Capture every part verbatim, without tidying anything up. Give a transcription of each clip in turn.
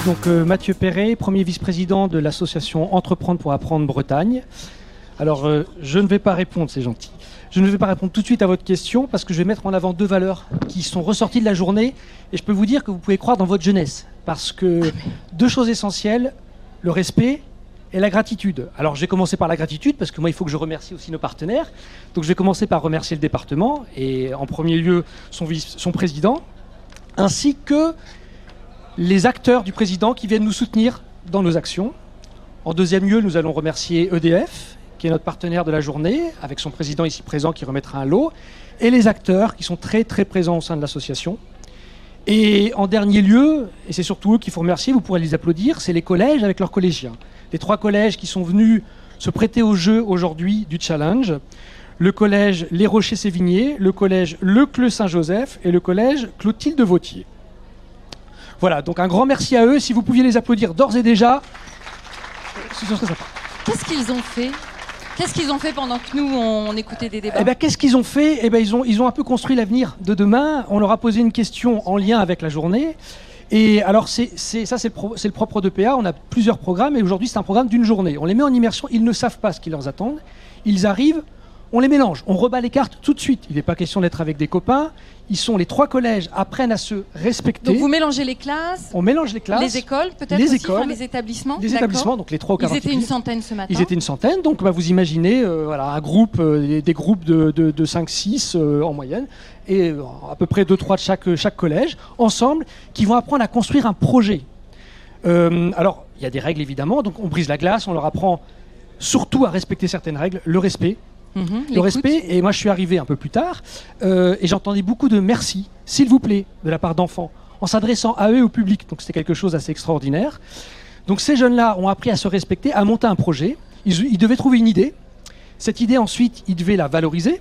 Donc euh, Mathieu Perret, premier vice-président de l'association Entreprendre pour apprendre Bretagne. Alors euh, je ne vais pas répondre, c'est gentil. Je ne vais pas répondre tout de suite à votre question parce que je vais mettre en avant deux valeurs qui sont ressorties de la journée et je peux vous dire que vous pouvez croire dans votre jeunesse parce que deux choses essentielles, le respect et la gratitude. Alors je vais commencer par la gratitude parce que moi il faut que je remercie aussi nos partenaires. Donc je vais commencer par remercier le département et en premier lieu son, vice, son président ainsi que les acteurs du président qui viennent nous soutenir dans nos actions. En deuxième lieu, nous allons remercier E D F, qui est notre partenaire de la journée, avec son président ici présent qui remettra un lot, et les acteurs qui sont très très présents au sein de l'association. Et en dernier lieu, et c'est surtout eux qu'il faut remercier, vous pourrez les applaudir, c'est les collèges avec leurs collégiens. Les trois collèges qui sont venus se prêter au jeu aujourd'hui du challenge. Le collège Les Rochers-Sévigné, le collège Le Cleux Saint-Joseph et le collège Clotilde Vautier. Voilà, donc un grand merci à eux. Si vous pouviez les applaudir d'ores et déjà, ce serait sympa. Qu'est-ce qu'ils ont fait Qu'est-ce qu'ils ont fait pendant que nous, on écoutait des débats? Eh ben, qu'est-ce qu'ils ont fait? Eh ben, ils ont, ils ont un peu construit l'avenir de demain. On leur a posé une question en lien avec la journée. Et alors, c'est, c'est, ça, c'est le, pro, c'est le propre d'E P A. On a plusieurs programmes et aujourd'hui, c'est un programme d'une journée. On les met en immersion. Ils ne savent pas ce qui leur attend. Ils arrivent. On les mélange, on rebat les cartes tout de suite. Il n'est pas question d'être avec des copains. Ils sont les trois collèges, apprennent à se respecter. Donc vous mélangez les classes. On mélange les classes. Les écoles peut-être les aussi, écoles, enfin, les établissements. Les établissements, donc les trois au Ils étaient une centaine ce matin. Ils étaient une centaine, donc bah, vous imaginez euh, voilà, un groupe, euh, des groupes de, de, de cinq six euh, en moyenne, et euh, à peu près deux trois de chaque, chaque collège, ensemble, qui vont apprendre à construire un projet. Euh, alors, il y a des règles évidemment, donc on brise la glace, on leur apprend surtout à respecter certaines règles, le respect. Mmh, le respect, et moi je suis arrivé un peu plus tard, euh, et j'entendais beaucoup de merci, s'il vous plaît, de la part d'enfants, en s'adressant à eux et au public, donc c'était quelque chose d'assez extraordinaire. Donc ces jeunes-là ont appris à se respecter, à monter un projet, ils, ils devaient trouver une idée, cette idée ensuite, ils devaient la valoriser,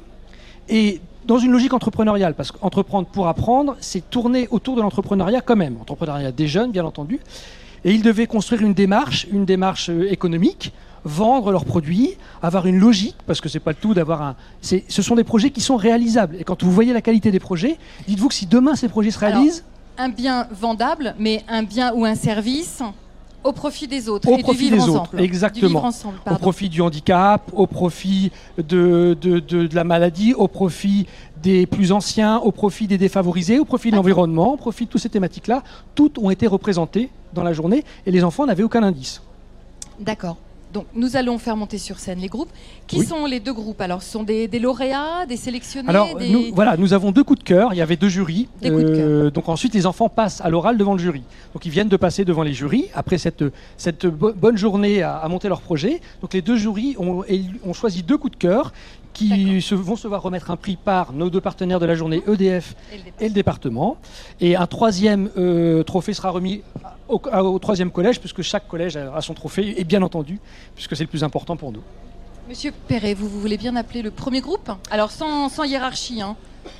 et dans une logique entrepreneuriale, parce qu'entreprendre pour apprendre, c'est tourner autour de l'entrepreneuriat quand même, entrepreneuriat des jeunes bien entendu, et ils devaient construire une démarche, une démarche économique, vendre leurs produits, avoir une logique, parce que c'est pas le tout d'avoir un... C'est, ce sont des projets qui sont réalisables. Et quand vous voyez la qualité des projets, dites-vous que si demain ces projets se réalisent... Alors, un bien vendable, mais un bien ou un service au profit des autres. Au et profit du vivre des ensemble. autres, exactement. Du vivre ensemble, au profit du handicap, au profit de, de, de, de la maladie, au profit des plus anciens, au profit des défavorisés, au profit de l'environnement, au profit de toutes ces thématiques-là. Toutes ont été représentées dans la journée et les enfants n'avaient aucun indice. D'accord. Donc, nous allons faire monter sur scène les groupes. Qui oui. sont les deux groupes? Alors, ce sont des, des lauréats, des sélectionnés Alors, des... nous, voilà, nous avons deux coups de cœur. Il y avait deux jurys. Des coups de cœur. Euh, donc ensuite, les enfants passent à l'oral devant le jury. Donc, ils viennent de passer devant les jurys après cette, cette bo- bonne journée à, à monter leur projet. Donc, les deux jurys ont, ont choisi deux coups de cœur qui se, vont se voir remettre un prix par nos deux partenaires de la journée, E D F et le, et le département. Et un troisième euh, trophée sera remis au, au troisième collège, puisque chaque collège a son trophée, et bien entendu, puisque c'est le plus important pour nous. Monsieur Perret, vous, vous voulez bien appeler le premier groupe? Alors, sans, sans hiérarchie, hein.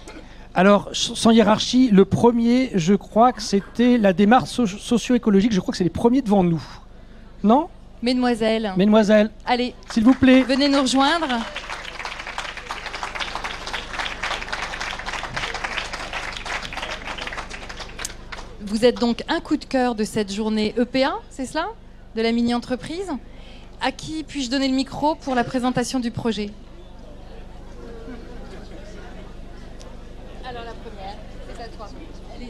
Alors, sans hiérarchie, le premier, je crois que c'était la démarche so- socio-écologique, je crois que c'est les premiers devant nous. Non? Mesdemoiselles. Mesdemoiselles. Allez. S'il vous plaît. Venez nous rejoindre. Vous êtes donc un coup de cœur de cette journée E P A, c'est cela? De la mini-entreprise. À qui puis-je donner le micro pour la présentation du projet? Alors la première, c'est à toi. Allez-y.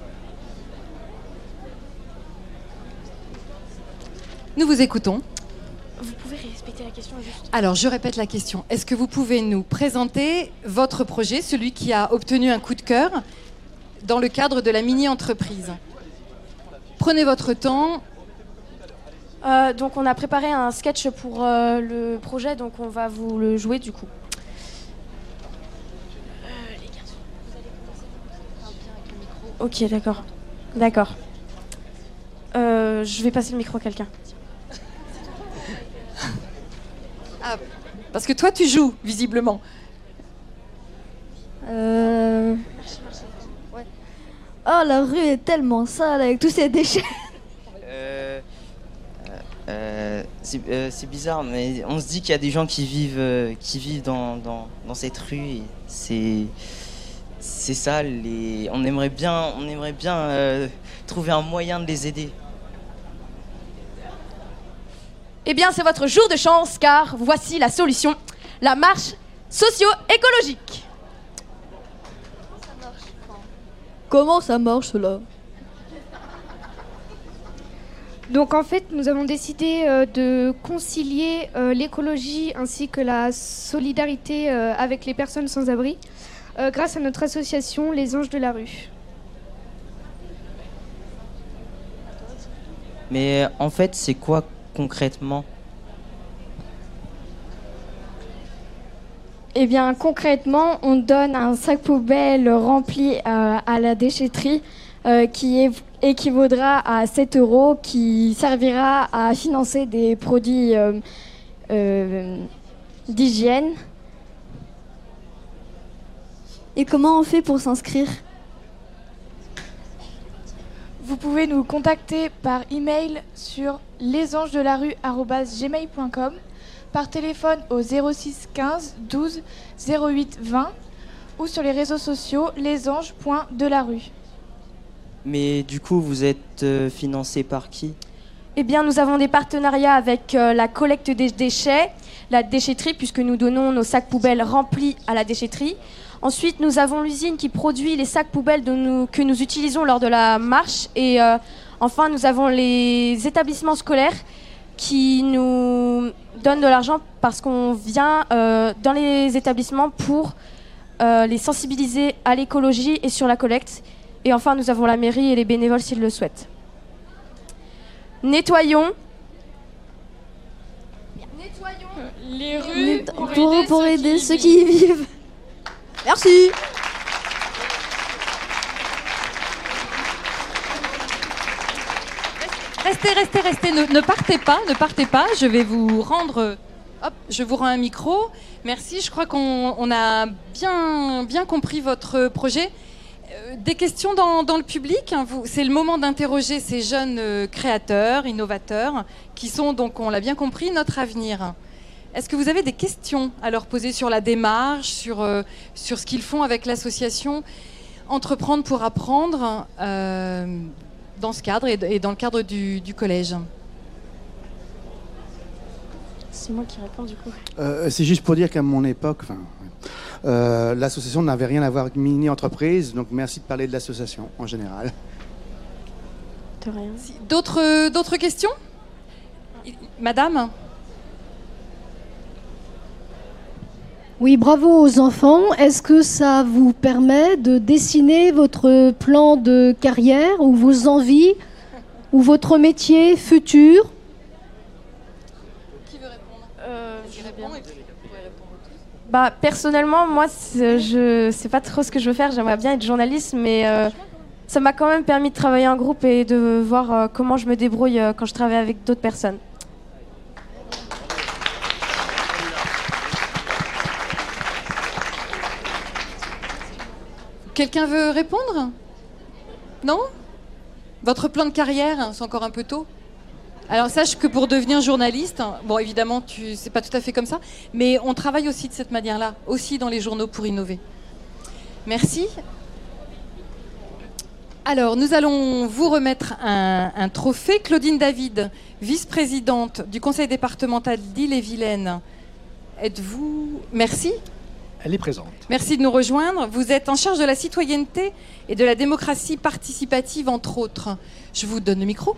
Nous vous écoutons. Vous pouvez répéter la question juste. Alors je répète la question. Est-ce que vous pouvez nous présenter votre projet, celui qui a obtenu un coup de cœur dans le cadre de la mini-entreprise? Prenez votre temps. Euh, donc on a préparé un sketch pour euh, le projet, donc on va vous le jouer du coup. Euh, les garçons, vous allez commencer bien avec le micro. Ok, d'accord. D'accord. Euh, je vais passer le micro à quelqu'un. Ah, parce que toi tu joues, visiblement. Euh... Ouais. Oh, la rue est tellement sale avec tous ces déchets. Euh, euh, c'est, euh, c'est bizarre, mais on se dit qu'il y a des gens qui vivent, euh, qui vivent dans, dans, dans cette rue. Et c'est, c'est ça. Les, on aimerait bien, on aimerait bien euh, trouver un moyen de les aider. Eh bien, c'est votre jour de chance, car voici la solution, la marche socio-écologique. Comment ça marche cela? Donc en fait, nous avons décidé euh, de concilier euh, l'écologie ainsi que la solidarité euh, avec les personnes sans abri euh, grâce à notre association Les Anges de la Rue. Mais en fait, c'est quoi concrètement? Eh bien concrètement, on donne un sac poubelle rempli euh, à la déchetterie euh, qui est équivaudra à sept euros, qui servira à financer des produits euh, euh, d'hygiène. Et comment on fait pour s'inscrire? Vous pouvez nous contacter par email sur lesangedesdelarue arobase gmail point com, par téléphone au zéro six quinze douze zéro huit vingt ou sur les réseaux sociaux lesanges point delarue. Mais du coup, vous êtes euh, financé par qui? Eh bien, nous avons des partenariats avec euh, la collecte des déchets, la déchetterie, puisque nous donnons nos sacs poubelles remplis à la déchetterie. Ensuite, nous avons l'usine qui produit les sacs poubelles de nous, que nous utilisons lors de la marche. Et euh, enfin, nous avons les établissements scolaires qui nous donnent de l'argent parce qu'on vient euh, dans les établissements pour euh, les sensibiliser à l'écologie et sur la collecte. Et enfin, nous avons la mairie et les bénévoles s'ils le souhaitent. Nettoyons. Nettoyons les rues pour, pour, pour aider ceux qui y vivent. Merci. Restez, restez, restez, ne, ne partez pas, ne partez pas. Je vais vous rendre... Hop, je vous rends un micro. Merci, je crois qu'on on a bien, bien compris votre projet. Des questions dans, dans le public, hein, c'est le moment d'interroger ces jeunes euh, créateurs, innovateurs, qui sont donc, on l'a bien compris, notre avenir. Est-ce que vous avez des questions à leur poser sur la démarche, sur, euh, sur ce qu'ils font avec l'association Entreprendre pour apprendre euh, dans ce cadre et, et dans le cadre du, du collège? C'est moi qui réponds du coup. Euh, c'est juste pour dire qu'à mon époque, euh, l'association n'avait rien à voir avec mini-entreprise, donc merci de parler de l'association en général. De rien. D'autres, d'autres questions? Madame? Oui, bravo aux enfants. Est-ce que ça vous permet de dessiner votre plan de carrière ou vos envies ou votre métier futur? Qui veut répondre? euh, je réponds et puis vous pouvez répondre tous. Bah, personnellement, moi, c'est, je sais pas trop ce que je veux faire. J'aimerais bien être journaliste, mais euh, ça m'a quand même permis de travailler en groupe et de voir euh, comment je me débrouille euh, quand je travaille avec d'autres personnes. Quelqu'un veut répondre? Non? Votre plan de carrière, c'est encore un peu tôt? Alors sache que pour devenir journaliste, bon évidemment tu, c'est pas tout à fait comme ça, mais on travaille aussi de cette manière-là, aussi dans les journaux pour innover. Merci. Alors nous allons vous remettre un, un trophée. Claudine David, vice-présidente du conseil départemental d'Ille-et-Vilaine. Êtes-vous... Merci. Elle est présente. Merci de nous rejoindre. Vous êtes en charge de la citoyenneté et de la démocratie participative, entre autres. Je vous donne le micro.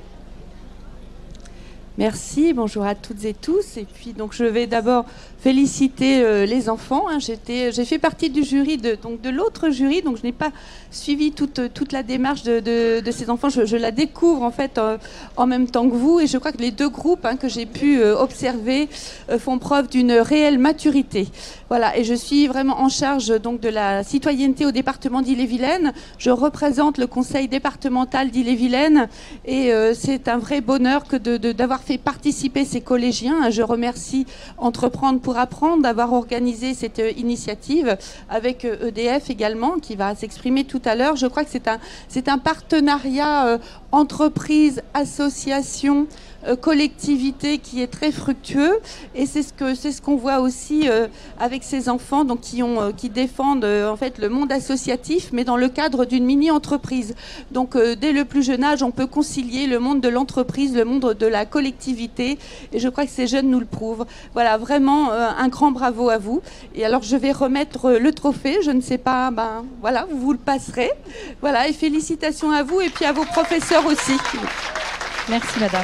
Merci, bonjour à toutes et tous. Et puis donc je vais d'abord féliciter euh, les enfants. Hein. J'étais, j'ai fait partie du jury de, donc de l'autre jury, donc je n'ai pas suivi toute, toute la démarche de, de, de ces enfants. Je, je la découvre en fait euh, en même temps que vous, et je crois que les deux groupes hein, que j'ai pu euh, observer euh, font preuve d'une réelle maturité. Voilà, et je suis vraiment en charge donc de la citoyenneté au département d'Ille-et-Vilaine. Je représente le conseil départemental d'Ille-et-Vilaine, et euh, c'est un vrai bonheur que de, de, d'avoir fait participer ces collégiens. Je remercie Entreprendre pour apprendre d'avoir organisé cette initiative avec E D F également, qui va s'exprimer tout à l'heure. Je crois que c'est un, c'est un partenariat euh, entreprise, association, euh, collectivité qui est très fructueux, et c'est ce que c'est ce qu'on voit aussi euh, avec ces enfants donc qui ont euh, qui défendent euh, en fait le monde associatif, mais dans le cadre d'une mini-entreprise. Donc euh, dès le plus jeune âge, on peut concilier le monde de l'entreprise, le monde de la collectivité activité. Et je crois que ces jeunes nous le prouvent. Voilà, vraiment euh, un grand bravo à vous. Et alors, je vais remettre le trophée. Je ne sais pas, ben voilà, vous vous le passerez. Voilà, et félicitations à vous et puis à vos professeurs aussi. Merci, madame.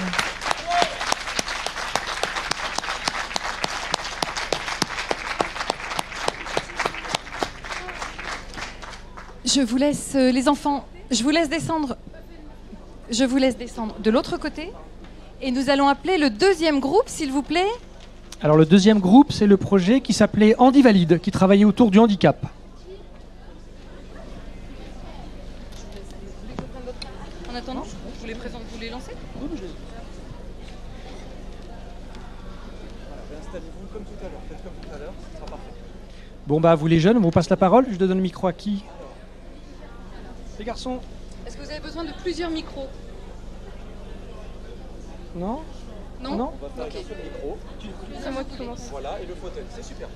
Je vous laisse, euh, les enfants, je vous laisse descendre. Je vous laisse descendre de l'autre côté. Et nous allons appeler le deuxième groupe, s'il vous plaît. Alors le deuxième groupe, c'est le projet qui s'appelait Handi Valide, qui travaillait autour du handicap. En attendant, vous les présentez, vous les lancez ? Réinstallez-vous comme tout à l'heure, faites comme tout à l'heure, ce sera parfait. Bon bah vous les jeunes, on vous passe la parole. Je donne le micro à qui ? Les garçons. Est-ce que vous avez besoin de plusieurs micros ? Non ? Non, non On va faire okay. Le micro. C'est moi qui commence. Voilà, et le fauteuil, c'est super.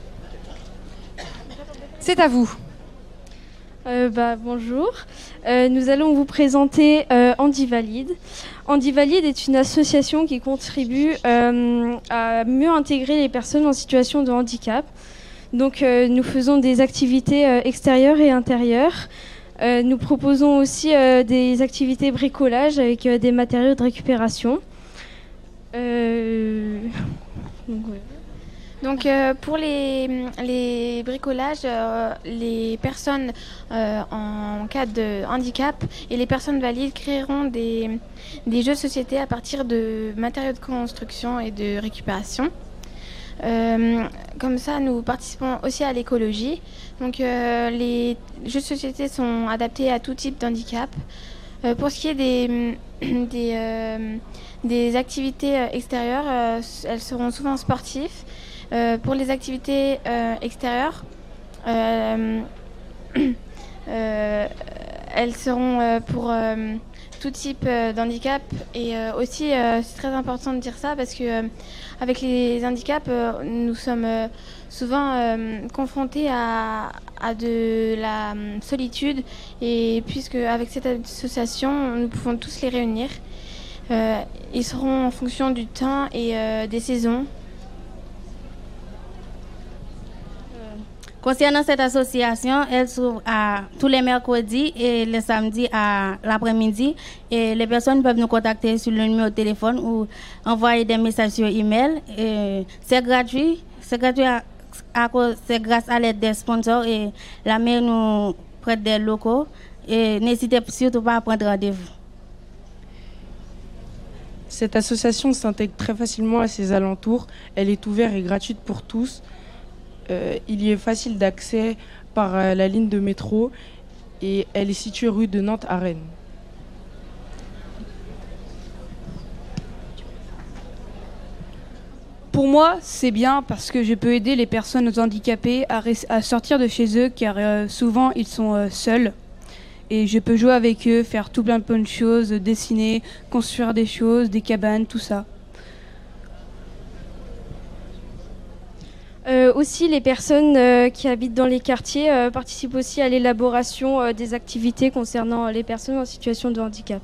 C'est à vous. Euh, bah, bonjour. Euh, nous allons vous présenter euh, Handi Valide. Handi Valide est une association qui contribue euh, à mieux intégrer les personnes en situation de handicap. Donc, euh, nous faisons des activités euh, extérieures et intérieures. Euh, nous proposons aussi euh, des activités bricolage avec euh, des matériaux de récupération. Euh... Donc, ouais. Donc euh, pour les, les bricolages, euh, les personnes euh, en cas de handicap et les personnes valides créeront des, des jeux de société à partir de matériaux de construction et de récupération. Euh, comme ça, nous participons aussi à l'écologie. Donc euh, les jeux de société sont adaptés à tout type d'handicap. Euh, pour ce qui est des, des, euh, des activités extérieures, euh, elles seront souvent sportives. Euh, pour les activités euh, extérieures, euh, euh, elles seront euh, pour euh, tout type euh, d'handicap. Et euh, aussi, euh, c'est très important de dire ça parce que euh, avec les handicaps, euh, nous sommes euh, souvent euh, confrontés à, à de la solitude. Et puisque avec cette association, nous pouvons tous les réunir. Euh, ils seront en fonction du temps et euh, des saisons. Concernant cette association, elle s'ouvre à tous les mercredis et les samedis à l'après-midi. Et les personnes peuvent nous contacter sur le numéro de téléphone ou envoyer des messages sur email. Et c'est gratuit. C'est gratuit à, à cause, c'est grâce à l'aide des sponsors et la mairie nous prête des locaux. Et n'hésitez surtout pas à prendre rendez-vous. Cette association s'intègre très facilement à ses alentours. Elle est ouverte et gratuite pour tous. Euh, il y est facile d'accès par euh, la ligne de métro et elle est située rue de Nantes à Rennes. Pour moi, c'est bien parce que je peux aider les personnes handicapées à, à sortir de chez eux car euh, souvent ils sont euh, seuls. Et je peux jouer avec eux, faire tout plein de bonnes choses, dessiner, construire des choses, des cabanes, tout ça. Euh, aussi, les personnes euh, qui habitent dans les quartiers euh, participent aussi à l'élaboration euh, des activités concernant les personnes en situation de handicap.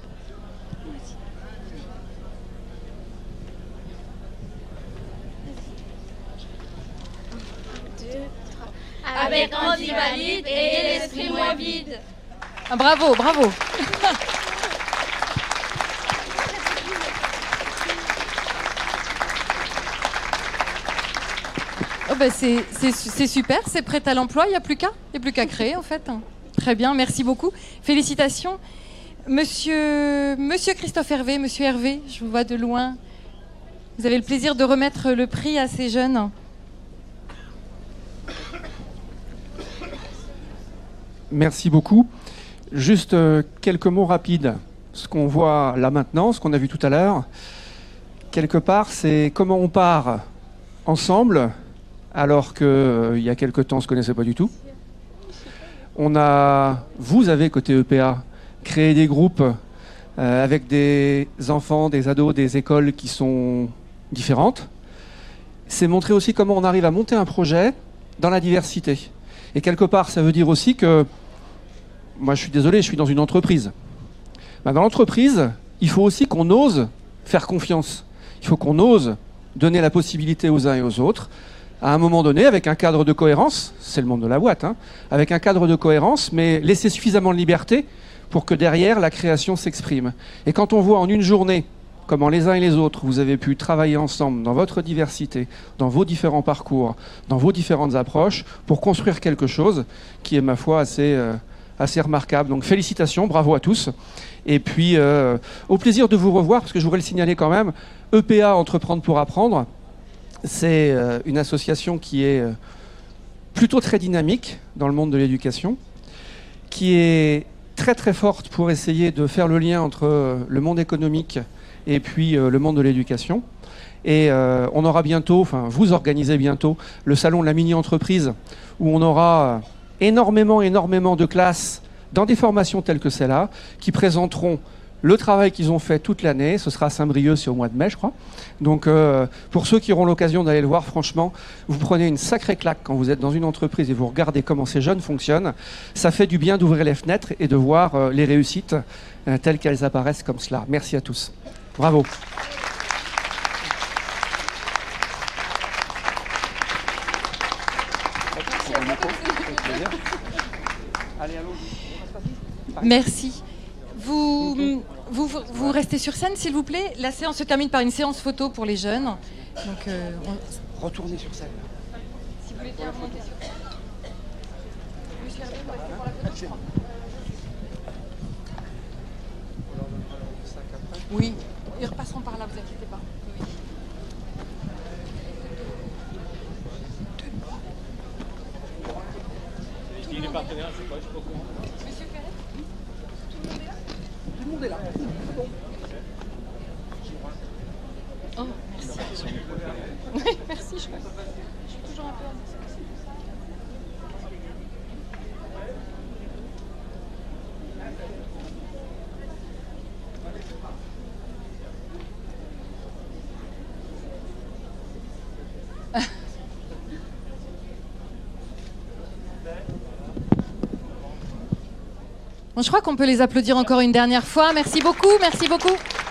Avec Handi Valide et l'esprit moins vide. Ah, bravo, bravo. Oh ben c'est, c'est, c'est super, c'est prêt à l'emploi, il n'y a plus qu'à, il n'y a plus qu'à créer en fait. Très bien, merci beaucoup. Félicitations. Monsieur, Monsieur Christophe Hervé, Monsieur Hervé, je vous vois de loin. Vous avez le plaisir de remettre le prix à ces jeunes. Merci beaucoup. Juste euh, quelques mots rapides. Ce qu'on voit là maintenant, ce qu'on a vu tout à l'heure, quelque part, c'est comment on part ensemble, alors qu'il euh, y a quelque temps, on ne se connaissait pas du tout. On a, vous avez, côté E P A, créé des groupes euh, avec des enfants, des ados, des écoles qui sont différentes. C'est montrer aussi comment on arrive à monter un projet dans la diversité. Et quelque part, ça veut dire aussi que, moi je suis désolé, je suis dans une entreprise. Ben, dans l'entreprise, il faut aussi qu'on ose faire confiance. Il faut qu'on ose donner la possibilité aux uns et aux autres, à un moment donné, avec un cadre de cohérence, c'est le monde de la boîte, hein, avec un cadre de cohérence, mais laisser suffisamment de liberté pour que derrière, la création s'exprime. Et quand on voit en une journée comment les uns et les autres, vous avez pu travailler ensemble dans votre diversité, dans vos différents parcours, dans vos différentes approches, pour construire quelque chose qui est, ma foi, assez, euh, assez remarquable. Donc félicitations, bravo à tous. Et puis, euh, au plaisir de vous revoir, parce que je voudrais le signaler quand même, E P A, Entreprendre pour apprendre, c'est euh, une association qui est euh, plutôt très dynamique dans le monde de l'éducation, qui est très très forte pour essayer de faire le lien entre euh, le monde économique et puis euh, le monde de l'éducation. Et euh, on aura bientôt, enfin vous organisez bientôt, le salon de la mini-entreprise, où on aura énormément, énormément de classes dans des formations telles que celle-là, qui présenteront le travail qu'ils ont fait toute l'année. Ce sera à Saint-Brieuc, c'est au mois de mai, je crois. Donc, euh, pour ceux qui auront l'occasion d'aller le voir, franchement, vous prenez une sacrée claque quand vous êtes dans une entreprise et vous regardez comment ces jeunes fonctionnent. Ça fait du bien d'ouvrir les fenêtres et de voir euh, les réussites euh, telles qu'elles apparaissent comme cela. Merci à tous. Bravo. Merci. Vous, vous, vous restez sur scène, s'il vous plaît. La séance se termine par une séance photo pour les jeunes. Donc, euh, on... Retournez sur scène. Si vous voulez bien monter sur scène. Luce Lerdet, vous restez pour la photo, je crois. Oui, ils repasseront par là, vous inquiétez pas. Oui. Qui est les partenaires, c'est quoi, je sais pas comment. Monsieur Ferret ? Tout le monde est là. Oh, merci. Oui, merci, je, je suis toujours un peu... Bon, je crois qu'on peut les applaudir encore une dernière fois. Merci beaucoup, merci beaucoup.